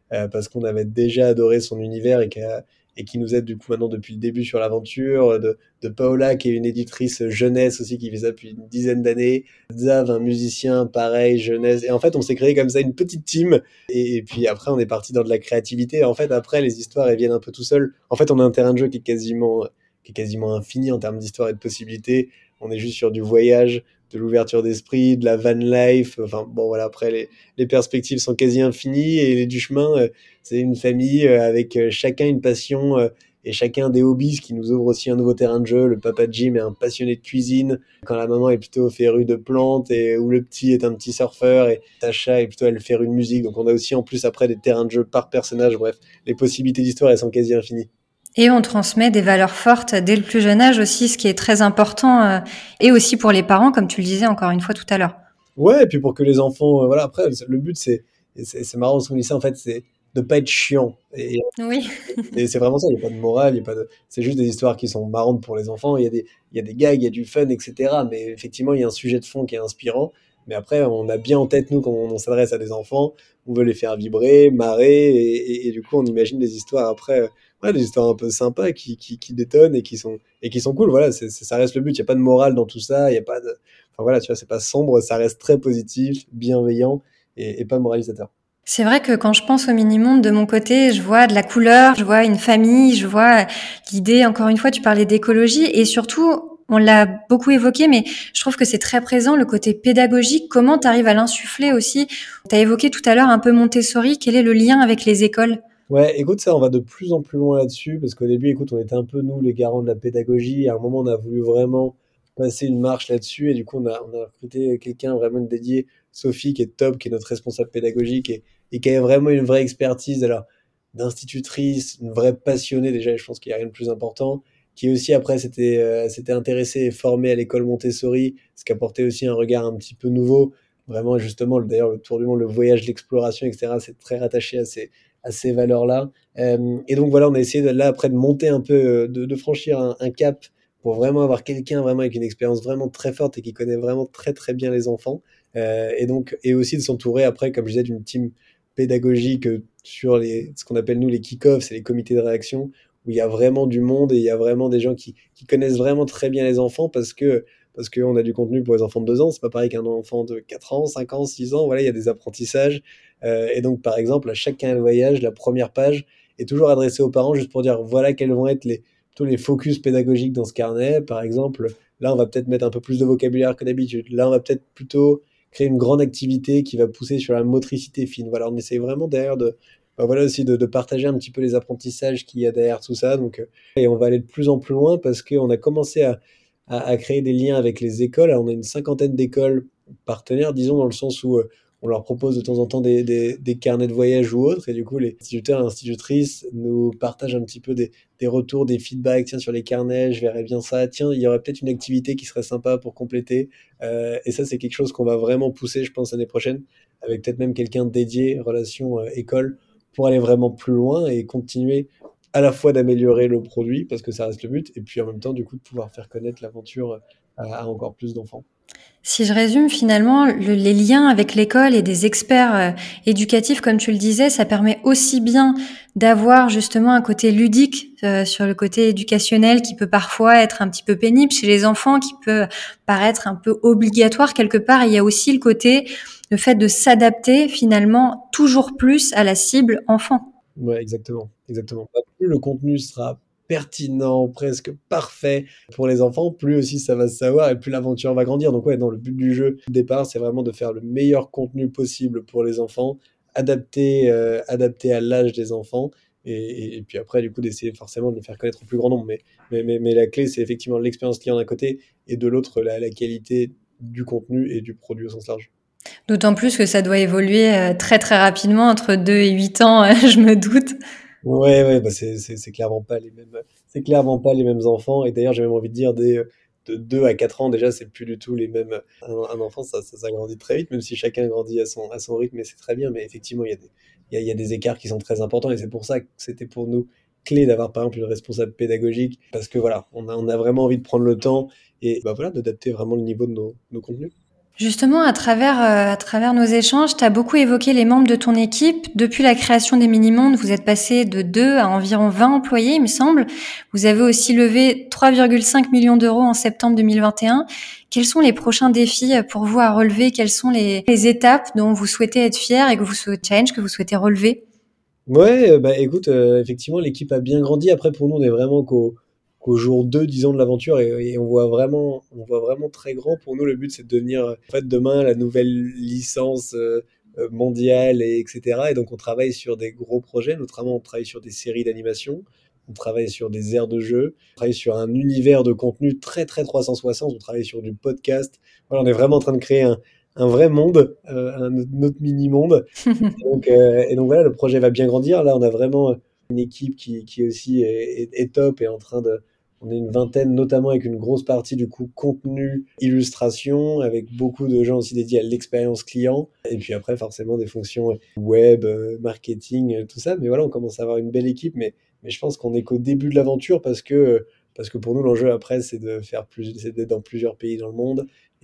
parce qu'on avait déjà adoré son univers et qui nous aide du coup maintenant depuis le début sur l'aventure, de Paola qui est une éditrice jeunesse aussi qui fait ça depuis une dizaine d'années, Zav, un musicien pareil, jeunesse, et en fait on s'est créé comme ça une petite team, et puis après on est parti dans de la créativité, en fait après les histoires elles viennent un peu tout seuls, en fait on a un terrain de jeu qui est quasiment infini en termes d'histoire et de possibilités, on est juste sur du voyage, de l'ouverture d'esprit, de la van life, enfin bon voilà, après les perspectives sont quasi infinies, et du chemin, c'est une famille avec chacun une passion et chacun des hobbies, ce qui nous ouvre aussi un nouveau terrain de jeu. Le papa Jim est un passionné de cuisine, quand la maman est plutôt férue de plantes, et où le petit est un petit surfeur, et Tasha est plutôt elle férue de musique. Donc on a aussi en plus après des terrains de jeu par personnage. Bref, les possibilités d'histoire elles sont quasi infinies. Et on transmet des valeurs fortes dès le plus jeune âge aussi, ce qui est très important, et aussi pour les parents, comme tu le disais encore une fois tout à l'heure. Ouais, et puis pour que les enfants, voilà, après le but c'est marrant ce qu'on dit ça en fait, c'est de pas être chiant. Oui. Et c'est vraiment ça, il n'y a pas de morale, il y a pas de... c'est juste des histoires qui sont marrantes pour les enfants, il y a des gags, il y a du fun, etc. Mais effectivement, il y a un sujet de fond qui est inspirant. Mais après, on a bien en tête, nous, quand on s'adresse à des enfants, on veut les faire vibrer, marrer, et du coup, on imagine des histoires après, ouais, des histoires un peu sympas qui détonnent et qui sont cool. Voilà, ça reste le but, il n'y a pas de morale dans tout ça, il y a pas de... Enfin voilà, tu vois, c'est pas sombre, ça reste très positif, bienveillant et pas moralisateur. C'est vrai que quand je pense au mini-monde de mon côté, je vois de la couleur, je vois une famille, je vois l'idée, encore une fois, tu parlais d'écologie et surtout, on l'a beaucoup évoqué, mais je trouve que c'est très présent, le côté pédagogique. Comment tu arrives à l'insuffler aussi? Tu as évoqué tout à l'heure un peu Montessori. Quel est le lien avec les écoles? Ouais, écoute, ça, on va de plus en plus loin là-dessus, parce qu'au début, écoute, on était un peu, nous, les garants de la pédagogie. À un moment, on a voulu vraiment passer une marche là-dessus, et du coup, on a recruté quelqu'un vraiment dédié, Sophie, qui est top, qui est notre responsable pédagogique, et qui a vraiment une vraie expertise, alors, d'institutrice, une vraie passionnée, déjà, et je pense qu'il n'y a rien de plus important, qui aussi, après, s'était intéressée et formée à l'école Montessori, ce qui apportait aussi un regard un petit peu nouveau. Vraiment, justement, d'ailleurs, le tour du monde, le voyage, l'exploration, etc., c'est très rattaché à ces valeurs-là. Et donc voilà, on a essayé là après de monter un peu, de franchir un cap pour vraiment avoir quelqu'un vraiment avec une expérience vraiment très forte et qui connaît vraiment très très bien les enfants. Et donc et aussi de s'entourer après, comme je disais, d'une team pédagogique sur ce qu'on appelle nous les kick-offs, c'est les comités de réaction où il y a vraiment du monde et il y a vraiment des gens qui connaissent vraiment très bien les enfants parce qu'on a du contenu pour les enfants de 2 ans, c'est pas pareil qu'un enfant de 4 ans, 5 ans, 6 ans, voilà, il y a des apprentissages. Et donc, par exemple, à chacun le voyage, la première page est toujours adressée aux parents juste pour dire voilà quels vont être tous les focus pédagogiques dans ce carnet. Par exemple, là, on va peut-être mettre un peu plus de vocabulaire que d'habitude. Là, on va peut-être plutôt créer une grande activité qui va pousser sur la motricité fine. Voilà, on essaye vraiment derrière voilà aussi de partager un petit peu les apprentissages qu'il y a derrière tout ça. Donc, et on va aller de plus en plus loin parce qu'on a commencé à créer des liens avec les écoles. Alors, on a une cinquantaine d'écoles partenaires, disons, dans le sens où on leur propose de temps en temps des carnets de voyage ou autres, et du coup, les instituteurs et institutrices nous partagent un petit peu des retours, des feedbacks, tiens, sur les carnets, je verrais bien ça, tiens, il y aurait peut-être une activité qui serait sympa pour compléter, et ça, c'est quelque chose qu'on va vraiment pousser, je pense, l'année prochaine, avec peut-être même quelqu'un dédié, relation école, pour aller vraiment plus loin et continuer à la fois d'améliorer le produit, parce que ça reste le but, et puis en même temps, du coup, de pouvoir faire connaître l'aventure à encore plus d'enfants. Si je résume finalement, les liens avec l'école et des experts éducatifs, comme tu le disais, ça permet aussi bien d'avoir justement un côté ludique sur le côté éducationnel qui peut parfois être un petit peu pénible chez les enfants, qui peut paraître un peu obligatoire quelque part. Et il y a aussi le fait de s'adapter finalement toujours plus à la cible enfant. Ouais, exactement, exactement. Plus le contenu sera pertinent, presque parfait pour les enfants, plus aussi ça va se savoir et plus l'aventure va grandir. Donc ouais, dans le but du jeu de départ, c'est vraiment de faire le meilleur contenu possible pour les enfants, adapté à l'âge des enfants, et puis après, du coup, d'essayer forcément de les faire connaître au plus grand nombre. Mais la clé, c'est effectivement l'expérience client d'un côté, et de l'autre, la qualité du contenu et du produit au sens large. D'autant plus que ça doit évoluer très très rapidement entre 2 et 8 ans, je me doute. Ouais, ouais, bah c'est clairement pas les mêmes, c'est clairement pas les mêmes enfants. Et d'ailleurs, j'ai même envie de dire de 2 à 4 ans, déjà, c'est plus du tout les mêmes. Un enfant, ça grandit très vite, même si chacun grandit à son rythme, et c'est très bien. Mais effectivement, il y a des écarts qui sont très importants, et c'est pour ça que c'était pour nous clé d'avoir, par exemple, une responsable pédagogique, parce que voilà, on a vraiment envie de prendre le temps et bah voilà, d'adapter vraiment le niveau de nos contenus. Justement, à travers nos échanges, tu as beaucoup évoqué les membres de ton équipe. Depuis la création des Mini-Mondes, vous êtes passé de 2 à environ 20 employés, il me semble. Vous avez aussi levé 3,5 millions d'euros en septembre 2021. Quels sont les prochains défis pour vous à relever? Quelles sont les étapes dont vous souhaitez être fiers et que vous souhaitez relever? Ouais, écoute, effectivement, l'équipe a bien grandi. Après, pour nous, on est vraiment qu'au jour 2, disons, de l'aventure et on voit vraiment très grand. Pour nous, le but, c'est de devenir, en fait, demain, la nouvelle licence mondiale, etc. Et donc, on travaille sur des gros projets. Notamment, on travaille sur des séries d'animation. On travaille sur des aires de jeu. On travaille sur un univers de contenu très, très 360. On travaille sur du podcast. Voilà, on est vraiment en train de créer un vrai monde, un autre mini-monde. Et donc voilà, le projet va bien grandir. Là, on a vraiment une équipe qui aussi est top et en train de. On est une vingtaine, notamment avec une grosse partie du coup contenu, illustration, avec beaucoup de gens aussi dédiés à l'expérience client. Et puis après, forcément, des fonctions web, marketing, tout ça. Mais voilà, on commence à avoir une belle équipe. Mais je pense qu'on est qu'au début de l'aventure parce que pour nous, l'enjeu après, c'est c'est d'être dans plusieurs pays dans le monde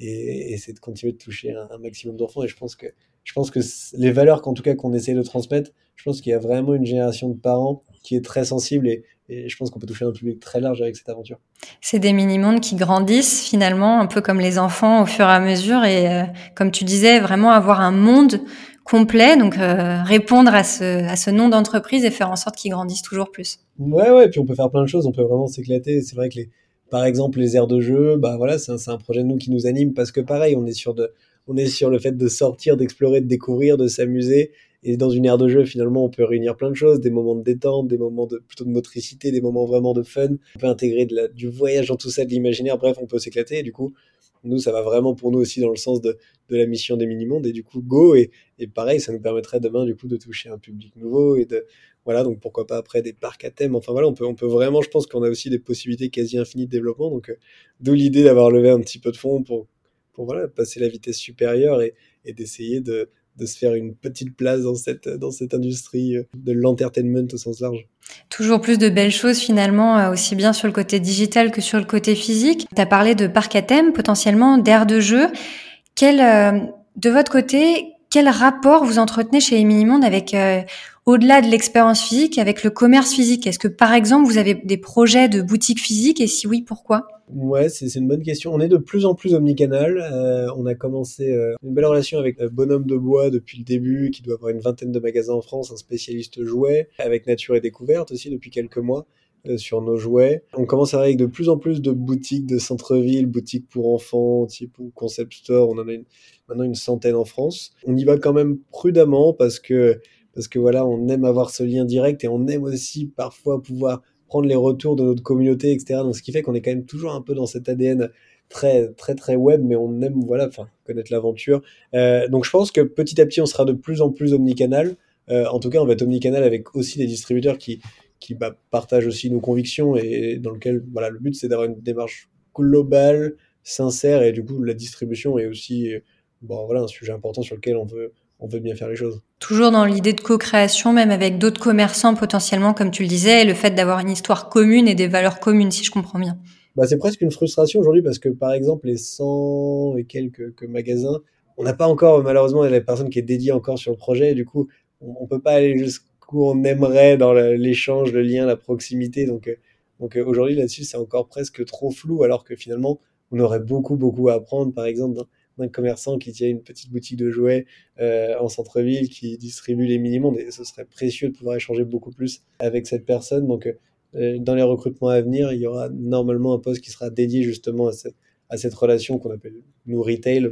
et c'est de continuer de toucher un maximum d'enfants. Et je pense que les valeurs qu'en tout cas qu'on essaie de transmettre, je pense qu'il y a vraiment une génération de parents qui est très sensible et je pense qu'on peut toucher un public très large avec cette aventure. C'est des mini-mondes qui grandissent finalement, un peu comme les enfants au fur et à mesure. Et comme tu disais, vraiment avoir un monde complet, donc répondre à ce nom d'entreprise et faire en sorte qu'ils grandissent toujours plus. Ouais, puis on peut faire plein de choses, on peut vraiment s'éclater. C'est vrai que par exemple, les aires de jeu, bah voilà, c'est un projet de nous qui nous anime parce que pareil, on est sur le fait de sortir, d'explorer, de découvrir, de s'amuser. Et dans une aire de jeu, finalement, on peut réunir plein de choses, des moments de détente, des moments plutôt de motricité, des moments vraiment de fun. On peut intégrer du voyage dans tout ça, de l'imaginaire. Bref, on peut s'éclater. Et du coup, nous, ça va vraiment pour nous aussi dans le sens de la mission des mini-mondes. Et du coup, go. Et pareil, ça nous permettrait demain, du coup, de toucher un public nouveau voilà, donc pourquoi pas après des parcs à thème. Enfin voilà, on peut vraiment, je pense qu'on a aussi des possibilités quasi infinies de développement. Donc, d'où l'idée d'avoir levé un petit peu de fonds pour voilà, passer la vitesse supérieure et d'essayer de se faire une petite place dans cette industrie de l'entertainment au sens large. Toujours plus de belles choses finalement, aussi bien sur le côté digital que sur le côté physique. Tu as parlé de parcs à thème, potentiellement d'aires de jeu. De votre côté, quel rapport vous entretenez chez les Mini-Mondes avec, au-delà de l'expérience physique, avec le commerce physique? Est-ce que, par exemple, vous avez des projets de boutique physique et si oui, pourquoi? Ouais, c'est une bonne question. On est de plus en plus omnicanal. On a commencé une belle relation avec Bonhomme de Bois depuis le début, qui doit avoir une vingtaine de magasins en France, un spécialiste jouets, avec Nature et Découverte aussi depuis quelques mois sur nos jouets. On commence à travailler avec de plus en plus de boutiques de centre-ville, boutiques pour enfants, type ou concept store. On en a maintenant une centaine en France. On y va quand même prudemment parce que voilà, on aime avoir ce lien direct et on aime aussi parfois pouvoir prendre les retours de notre communauté, etc. Donc, ce qui fait qu'on est quand même toujours un peu dans cet ADN très, très, très web, mais on aime, voilà, enfin, connaître l'aventure. Donc, je pense que petit à petit, on sera de plus en plus omnicanal. En tout cas, on va être omnicanal avec aussi des distributeurs qui partagent aussi nos convictions et dans lequel, voilà, le but, c'est d'avoir une démarche globale, sincère, et du coup, la distribution est aussi, bon, voilà, un sujet important sur lequel on veut bien faire les choses. Toujours dans l'idée de co-création, même avec d'autres commerçants potentiellement, comme tu le disais, et le fait d'avoir une histoire commune et des valeurs communes, si je comprends bien. C'est presque une frustration aujourd'hui parce que, par exemple, les 100 et quelques que magasins, on n'a pas encore, malheureusement, la personne qui est dédiée encore sur le projet. Et du coup, on peut pas aller jusqu'où on aimerait dans l'échange, le lien, la proximité. Donc aujourd'hui, là-dessus, c'est encore presque trop flou, alors que finalement, on aurait beaucoup, beaucoup à apprendre, par exemple, d'un commerçant qui tient une petite boutique de jouets en centre-ville, qui distribue les mini-mondes. Et ce serait précieux de pouvoir échanger beaucoup plus avec cette personne. Donc, dans les recrutements à venir, il y aura normalement un poste qui sera dédié justement à cette relation qu'on appelle nous retail,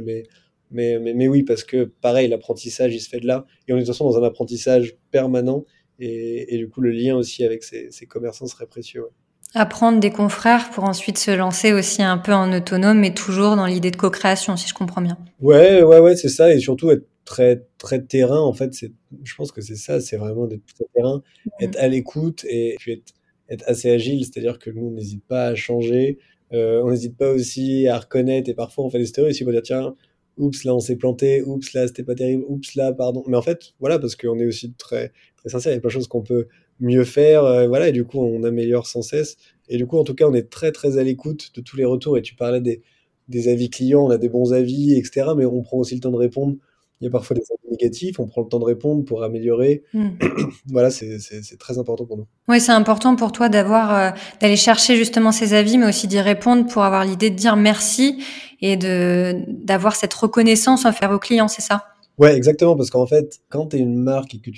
mais oui, parce que pareil, l'apprentissage, il se fait de là, et on est de toute façon dans un apprentissage permanent, et du coup, le lien aussi avec ces commerçants serait précieux. Ouais. Apprendre des confrères pour ensuite se lancer aussi un peu en autonome, mais toujours dans l'idée de co-création, si je comprends bien. Ouais, c'est ça, et surtout être très, très terrain, en fait, je pense que c'est ça, c'est vraiment d'être très terrain, être à l'écoute, et puis être assez agile, c'est-à-dire que nous, on n'hésite pas à changer, on n'hésite pas aussi à reconnaître, et parfois on fait des stéréos ici pour dire, tiens, oups, là on s'est planté, oups, là c'était pas terrible, oups, là, pardon. Mais en fait, voilà, parce qu'on est aussi très, très sincère, il y a plein de choses qu'on peut mieux faire, voilà, et du coup, on améliore sans cesse. Et du coup, en tout cas, on est très, très à l'écoute de tous les retours, et tu parlais des avis clients, on a des bons avis, etc. Mais on prend aussi le temps de répondre. Il y a parfois des avis négatifs, on prend le temps de répondre pour améliorer. Voilà, c'est très important pour nous. Oui, c'est important pour toi d'aller chercher justement ces avis, mais aussi d'y répondre pour avoir l'idée de dire merci et d'avoir cette reconnaissance envers vos clients, c'est ça? Ouais, exactement, parce qu'en fait, quand tu es une marque et que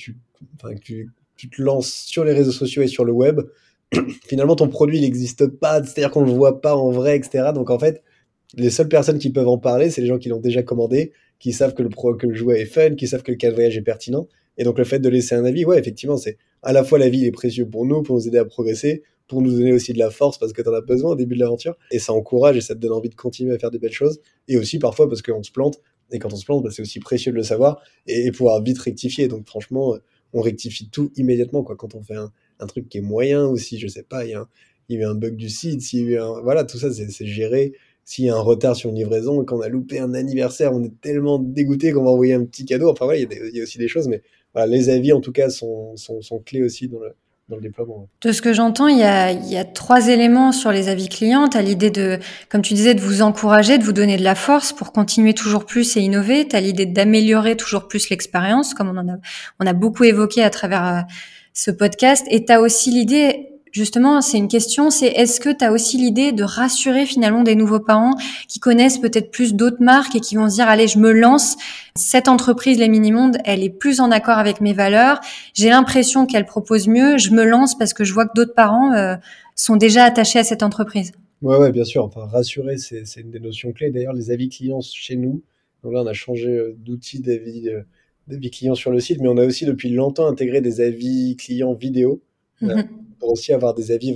tu te lances sur les réseaux sociaux et sur le web, finalement ton produit il n'existe pas, c'est-à-dire qu'on le voit pas en vrai, etc. Donc en fait, les seules personnes qui peuvent en parler, c'est les gens qui l'ont déjà commandé, qui savent que le jouet est fun, qui savent que le cas de voyage est pertinent. Et donc le fait de laisser un avis, ouais, effectivement, c'est à la fois l'avis il est précieux pour nous aider à progresser, pour nous donner aussi de la force parce que tu en as besoin au début de l'aventure. Et ça encourage et ça te donne envie de continuer à faire des belles choses. Et aussi parfois parce qu'on se plante. Et quand on se plante, bah, c'est aussi précieux de le savoir et pouvoir vite rectifier. Donc franchement, on rectifie tout immédiatement, quoi. Quand on fait un truc qui est moyen, ou si, je sais pas, il y a eu un bug du site, s'il y a eu voilà, tout ça, c'est géré. S'il y a un retard sur une livraison et qu'on a loupé un anniversaire, on est tellement dégoûté qu'on va envoyer un petit cadeau. Enfin voilà, il y a aussi des choses, mais voilà, les avis en tout cas sont clés aussi dans le déploiement. De ce que j'entends, il y a 3 éléments sur les avis clients. Tu as l'idée de, comme tu disais, de vous encourager, de vous donner de la force pour continuer toujours plus et innover. Tu as l'idée d'améliorer toujours plus l'expérience, comme on a beaucoup évoqué à travers ce podcast. Et tu as aussi l'idée, justement, c'est une question, c'est est-ce que tu as aussi l'idée de rassurer finalement des nouveaux parents qui connaissent peut-être plus d'autres marques et qui vont se dire, allez, je me lance. Cette entreprise, Les Mini-Mondes, elle est plus en accord avec mes valeurs. J'ai l'impression qu'elle propose mieux. Je me lance parce que je vois que d'autres parents sont déjà attachés à cette entreprise. Ouais, bien sûr. Enfin, rassurer, c'est une des notions clés. D'ailleurs, les avis clients chez nous, donc là, on a changé d'outil d'avis clients sur le site, mais on a aussi depuis longtemps intégré des avis clients vidéo pour aussi avoir des avis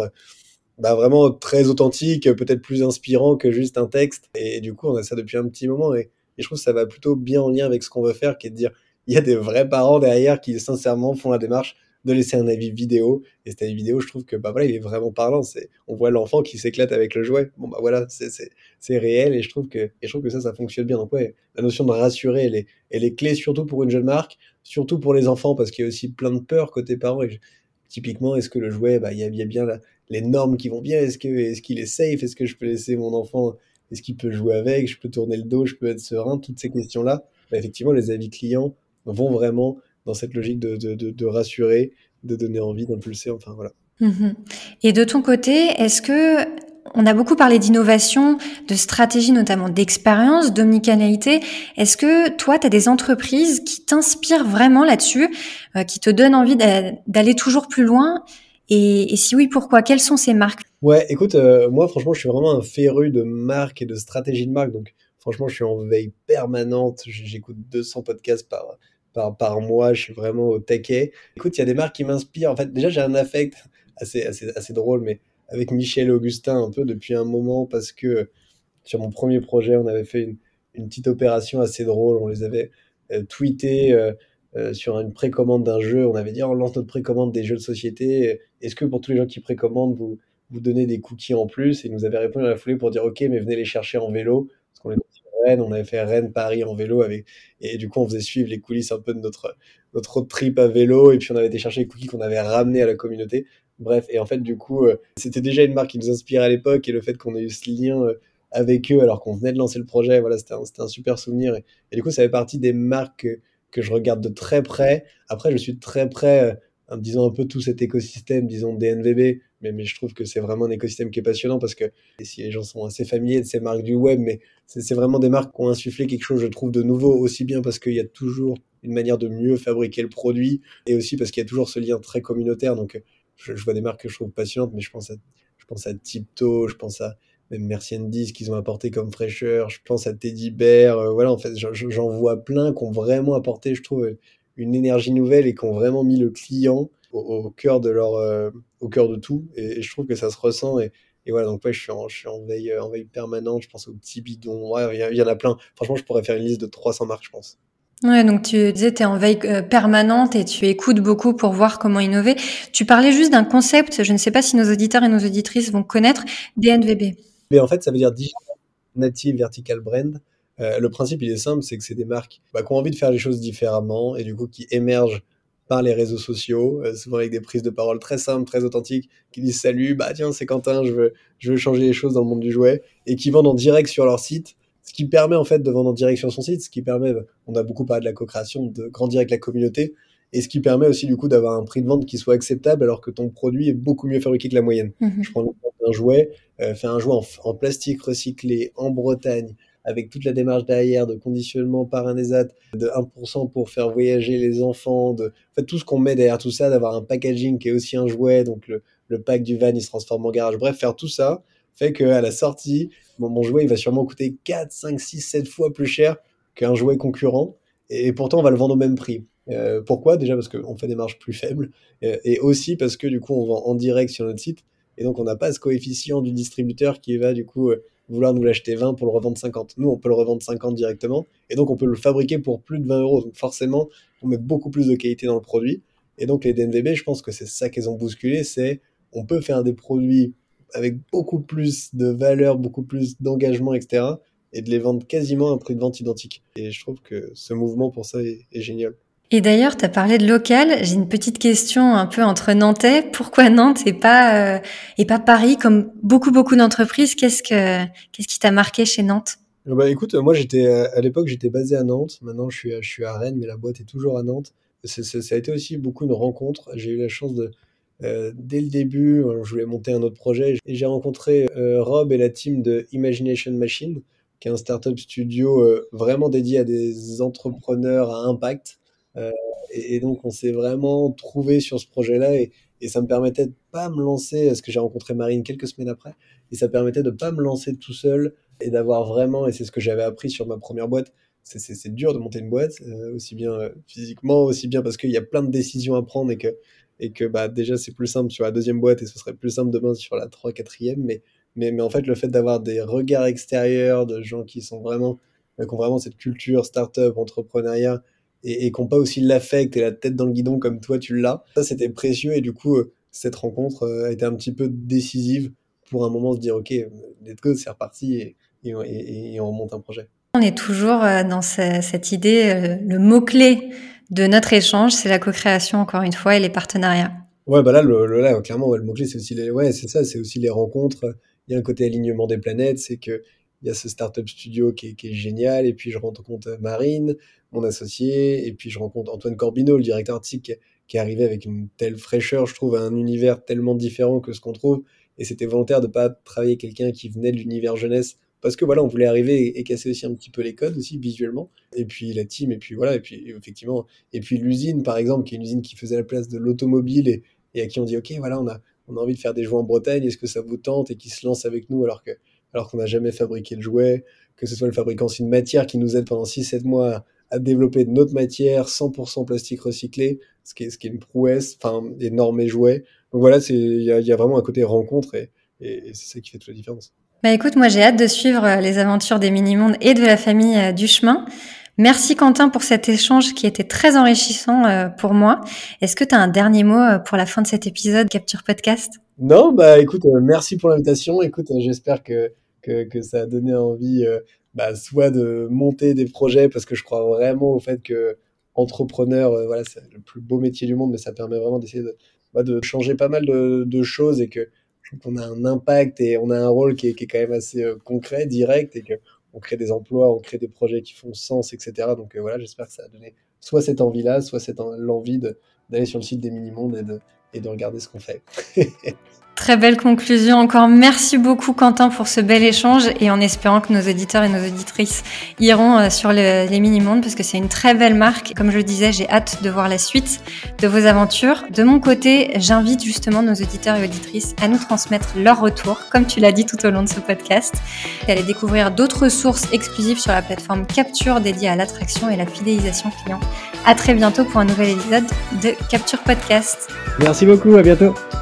vraiment très authentiques, peut-être plus inspirants que juste un texte. Et du coup, on a ça depuis un petit moment et je trouve que ça va plutôt bien en lien avec ce qu'on veut faire, qui est de dire, il y a des vrais parents derrière qui sincèrement font la démarche de laisser un avis vidéo. Et cet avis vidéo, je trouve que voilà, il est vraiment parlant. On voit l'enfant qui s'éclate avec le jouet. Bon voilà, c'est réel et je trouve que ça fonctionne bien. Donc ouais, la notion de rassurer, elle est clé surtout pour une jeune marque, surtout pour les enfants parce qu'il y a aussi plein de peur côté parents. Typiquement, est-ce que le jouet, il y a bien les normes qui vont bien? Est-ce qu'il est safe? Est-ce que je peux laisser mon enfant? Est-ce qu'il peut jouer avec? Je peux tourner le dos? Je peux être serein? Toutes ces questions-là, effectivement, les avis clients vont vraiment dans cette logique de rassurer, de donner envie, d'impulser, enfin voilà. Et de ton côté, est-ce que on a beaucoup parlé d'innovation, de stratégie, notamment d'expérience, d'omnicanalité. Est-ce que toi, tu as des entreprises qui t'inspirent vraiment là-dessus, qui te donnent envie d'aller toujours plus loin? Et si oui, pourquoi? Quelles sont ces marques? Ouais, écoute, moi, franchement, je suis vraiment un féru de marque et de stratégie de marque. Donc, franchement, je suis en veille permanente. J'écoute 200 podcasts par mois. Je suis vraiment au taquet. Écoute, il y a des marques qui m'inspirent. En fait, déjà, j'ai un affect assez drôle, mais avec Michel Augustin un peu depuis un moment parce que sur mon premier projet, on avait fait une petite opération assez drôle. On les avait tweetés sur une précommande d'un jeu. On avait dit, on lance notre précommande des jeux de société. Est-ce que pour tous les gens qui précommandent, vous donnez des cookies en plus? Et ils nous avaient répondu à la foulée pour dire, OK, mais venez les chercher en vélo. Parce qu'on était sur Rennes, on avait fait Rennes-Paris en vélo. Et du coup, on faisait suivre les coulisses un peu de notre road trip à vélo. Et puis, on avait été chercher les cookies qu'on avait ramenés à la communauté. Bref, et en fait, du coup, c'était déjà une marque qui nous inspirait à l'époque. Et le fait qu'on ait eu ce lien avec eux alors qu'on venait de lancer le projet, voilà, c'était un super souvenir. Et du coup, ça fait partie des marques que je regarde de très près. Après, je suis de très près, en me disant un peu tout cet écosystème, disons DNVB, mais je trouve que c'est vraiment un écosystème qui est passionnant parce que si les gens sont assez familiers de ces marques du web, mais c'est vraiment des marques qui ont insufflé quelque chose, je trouve, de nouveau, aussi bien parce qu'il y a toujours une manière de mieux fabriquer le produit et aussi parce qu'il y a toujours ce lien très communautaire. Donc, je vois des marques que je trouve passionnantes, mais je pense à Tipto, je pense à même Merciendise qu'ils ont apporté comme fraîcheur, je pense à Teddy Bear, voilà, en fait, j'en vois plein qui ont vraiment apporté, je trouve, une énergie nouvelle et qui ont vraiment mis le client au cœur au cœur de tout, et je trouve que ça se ressent, et voilà, donc ouais, je suis en veille permanente, je pense aux petits bidons, ouais, il y en a plein, franchement, je pourrais faire une liste de 300 marques, je pense. Ouais, donc tu disais tu es en veille permanente et tu écoutes beaucoup pour voir comment innover. Tu parlais juste d'un concept, je ne sais pas si nos auditeurs et nos auditrices vont connaître, DNVB. Mais en fait, ça veut dire Digital Native Vertical Brand. Le principe, il est simple, c'est que c'est des marques qui ont envie de faire les choses différemment et du coup qui émergent par les réseaux sociaux, souvent avec des prises de parole très simples, très authentiques, qui disent salut, bah tiens, c'est Quentin, je veux changer les choses dans le monde du jouet, et qui vendent en direct sur leur site, ce qui permet en fait de vendre en direct sur son site, ce qui permet, on a beaucoup parlé de la co-création, de grandir avec la communauté, et ce qui permet aussi du coup d'avoir un prix de vente qui soit acceptable alors que ton produit est beaucoup mieux fabriqué que la moyenne. Je prends l'exemple d'un jouet, faire un jouet en plastique recyclé en Bretagne, avec toute la démarche derrière de conditionnement par un ESAT, de 1% pour faire voyager les enfants, en fait, tout ce qu'on met derrière tout ça, d'avoir un packaging qui est aussi un jouet, donc le pack du van, il se transforme en garage. Bref, faire tout ça fait qu'à la sortie, mon jouet, il va sûrement coûter 4, 5, 6, 7 fois plus cher qu'un jouet concurrent, et pourtant, on va le vendre au même prix. Pourquoi ? Déjà parce qu'on fait des marges plus faibles, et aussi parce que du coup, on vend en direct sur notre site, et donc on n'a pas ce coefficient du distributeur qui va du coup vouloir nous l'acheter 20 pour le revendre 50. Nous, on peut le revendre 50 directement, et donc on peut le fabriquer pour plus de 20 euros. Donc forcément, on met beaucoup plus de qualité dans le produit. Et donc les DNVB, je pense que c'est ça qu'ils ont bousculé, c'est on peut faire des produits avec beaucoup plus de valeur, beaucoup plus d'engagement, etc., et de les vendre quasiment à un prix de vente identique. Et je trouve que ce mouvement pour ça est génial. Et d'ailleurs, tu as parlé de local. J'ai une petite question un peu entre Nantais. Pourquoi Nantes et pas Paris, comme beaucoup d'entreprises? Qu'est-ce qui t'a marqué chez Nantes? Bah écoute, moi à l'époque j'étais basé à Nantes. Maintenant je suis à Rennes, mais la boîte est toujours à Nantes. Ça a été aussi beaucoup une rencontre. J'ai eu la chance dès le début, je voulais monter un autre projet et j'ai rencontré Rob et la team de Imagination Machine, qui est un startup studio vraiment dédié à des entrepreneurs à impact. Et donc on s'est vraiment trouvé sur ce projet-là, et ça me permettait de pas me lancer, parce que j'ai rencontré Marine quelques semaines après, et ça permettait de pas me lancer tout seul et d'avoir vraiment, et c'est ce que j'avais appris sur ma première boîte, c'est dur de monter une boîte, aussi bien physiquement, aussi bien parce qu'il y a plein de décisions à prendre, et que bah, déjà c'est plus simple sur la deuxième boîte et ce serait plus simple demain sur la 3, 4e, mais en fait le fait d'avoir des regards extérieurs de gens qui ont vraiment cette culture startup, entrepreneuriat, et qui n'ont pas aussi l'affect et la tête dans le guidon comme toi tu l'as, ça c'était précieux, et du coup cette rencontre a été un petit peu décisive pour un moment se dire ok, let's go, c'est reparti, et on remonte un projet. On est toujours dans cette idée, le mot-clé de notre échange, c'est la co-création encore une fois et les partenariats. Ouais, bah là clairement, le mot-clé c'est aussi c'est aussi les rencontres. Il y a un côté alignement des planètes, c'est que il y a ce startup studio qui est génial, et puis je rencontre Marine, mon associé, et puis je rencontre Antoine Corbineau, le directeur artistique, qui est arrivé avec une telle fraîcheur, je trouve, à un univers tellement différent que ce qu'on trouve, et c'était volontaire de pas travailler quelqu'un qui venait de l'univers jeunesse, parce que voilà, on voulait arriver et casser aussi un petit peu les codes aussi visuellement, et puis la team, et puis voilà, et puis effectivement, et puis l'usine par exemple, qui est une usine qui faisait la place de l'automobile, et à qui on dit ok, voilà, on a envie de faire des jouets en Bretagne, est-ce que ça vous tente, et qui se lance avec nous alors qu'on n'a jamais fabriqué le jouet, que ce soit le fabricant, c'est une matière qui nous aide pendant 6-7 mois à développer de notre matière, 100% plastique recyclé, ce qui est une prouesse, enfin, énorme et jouet. Donc voilà, il y a vraiment un côté rencontre, et c'est ça qui fait toute la différence. Bah écoute, moi j'ai hâte de suivre les aventures des Mini-Mondes et de la famille du chemin. Merci Quentin pour cet échange qui était très enrichissant pour moi. Est-ce que tu as un dernier mot pour la fin de cet épisode Capture Podcast ? Non, bah écoute, merci pour l'invitation. Écoute, j'espère que ça a donné envie soit de monter des projets, parce que je crois vraiment au fait que entrepreneur, voilà, c'est le plus beau métier du monde, mais ça permet vraiment d'essayer de changer pas mal de choses, et que je trouve qu'on a un impact et on a un rôle qui est quand même assez concret, direct, et que on crée des emplois, on crée des projets qui font sens, etc. Donc voilà, j'espère que ça a donné soit cette envie-là, soit l'envie d'aller sur le site des Mini-Mondes et de regarder ce qu'on fait. Très belle conclusion. Encore merci beaucoup Quentin pour ce bel échange, et en espérant que nos auditeurs et nos auditrices iront sur les Mini-Mondes, parce que c'est une très belle marque. Comme je le disais, j'ai hâte de voir la suite de vos aventures. De mon côté, j'invite justement nos auditeurs et auditrices à nous transmettre leur retour, comme tu l'as dit tout au long de ce podcast, et aller découvrir d'autres ressources exclusives sur la plateforme Capture dédiée à l'attraction et la fidélisation client. À très bientôt pour un nouvel épisode de Capture Podcast. Merci beaucoup, à bientôt.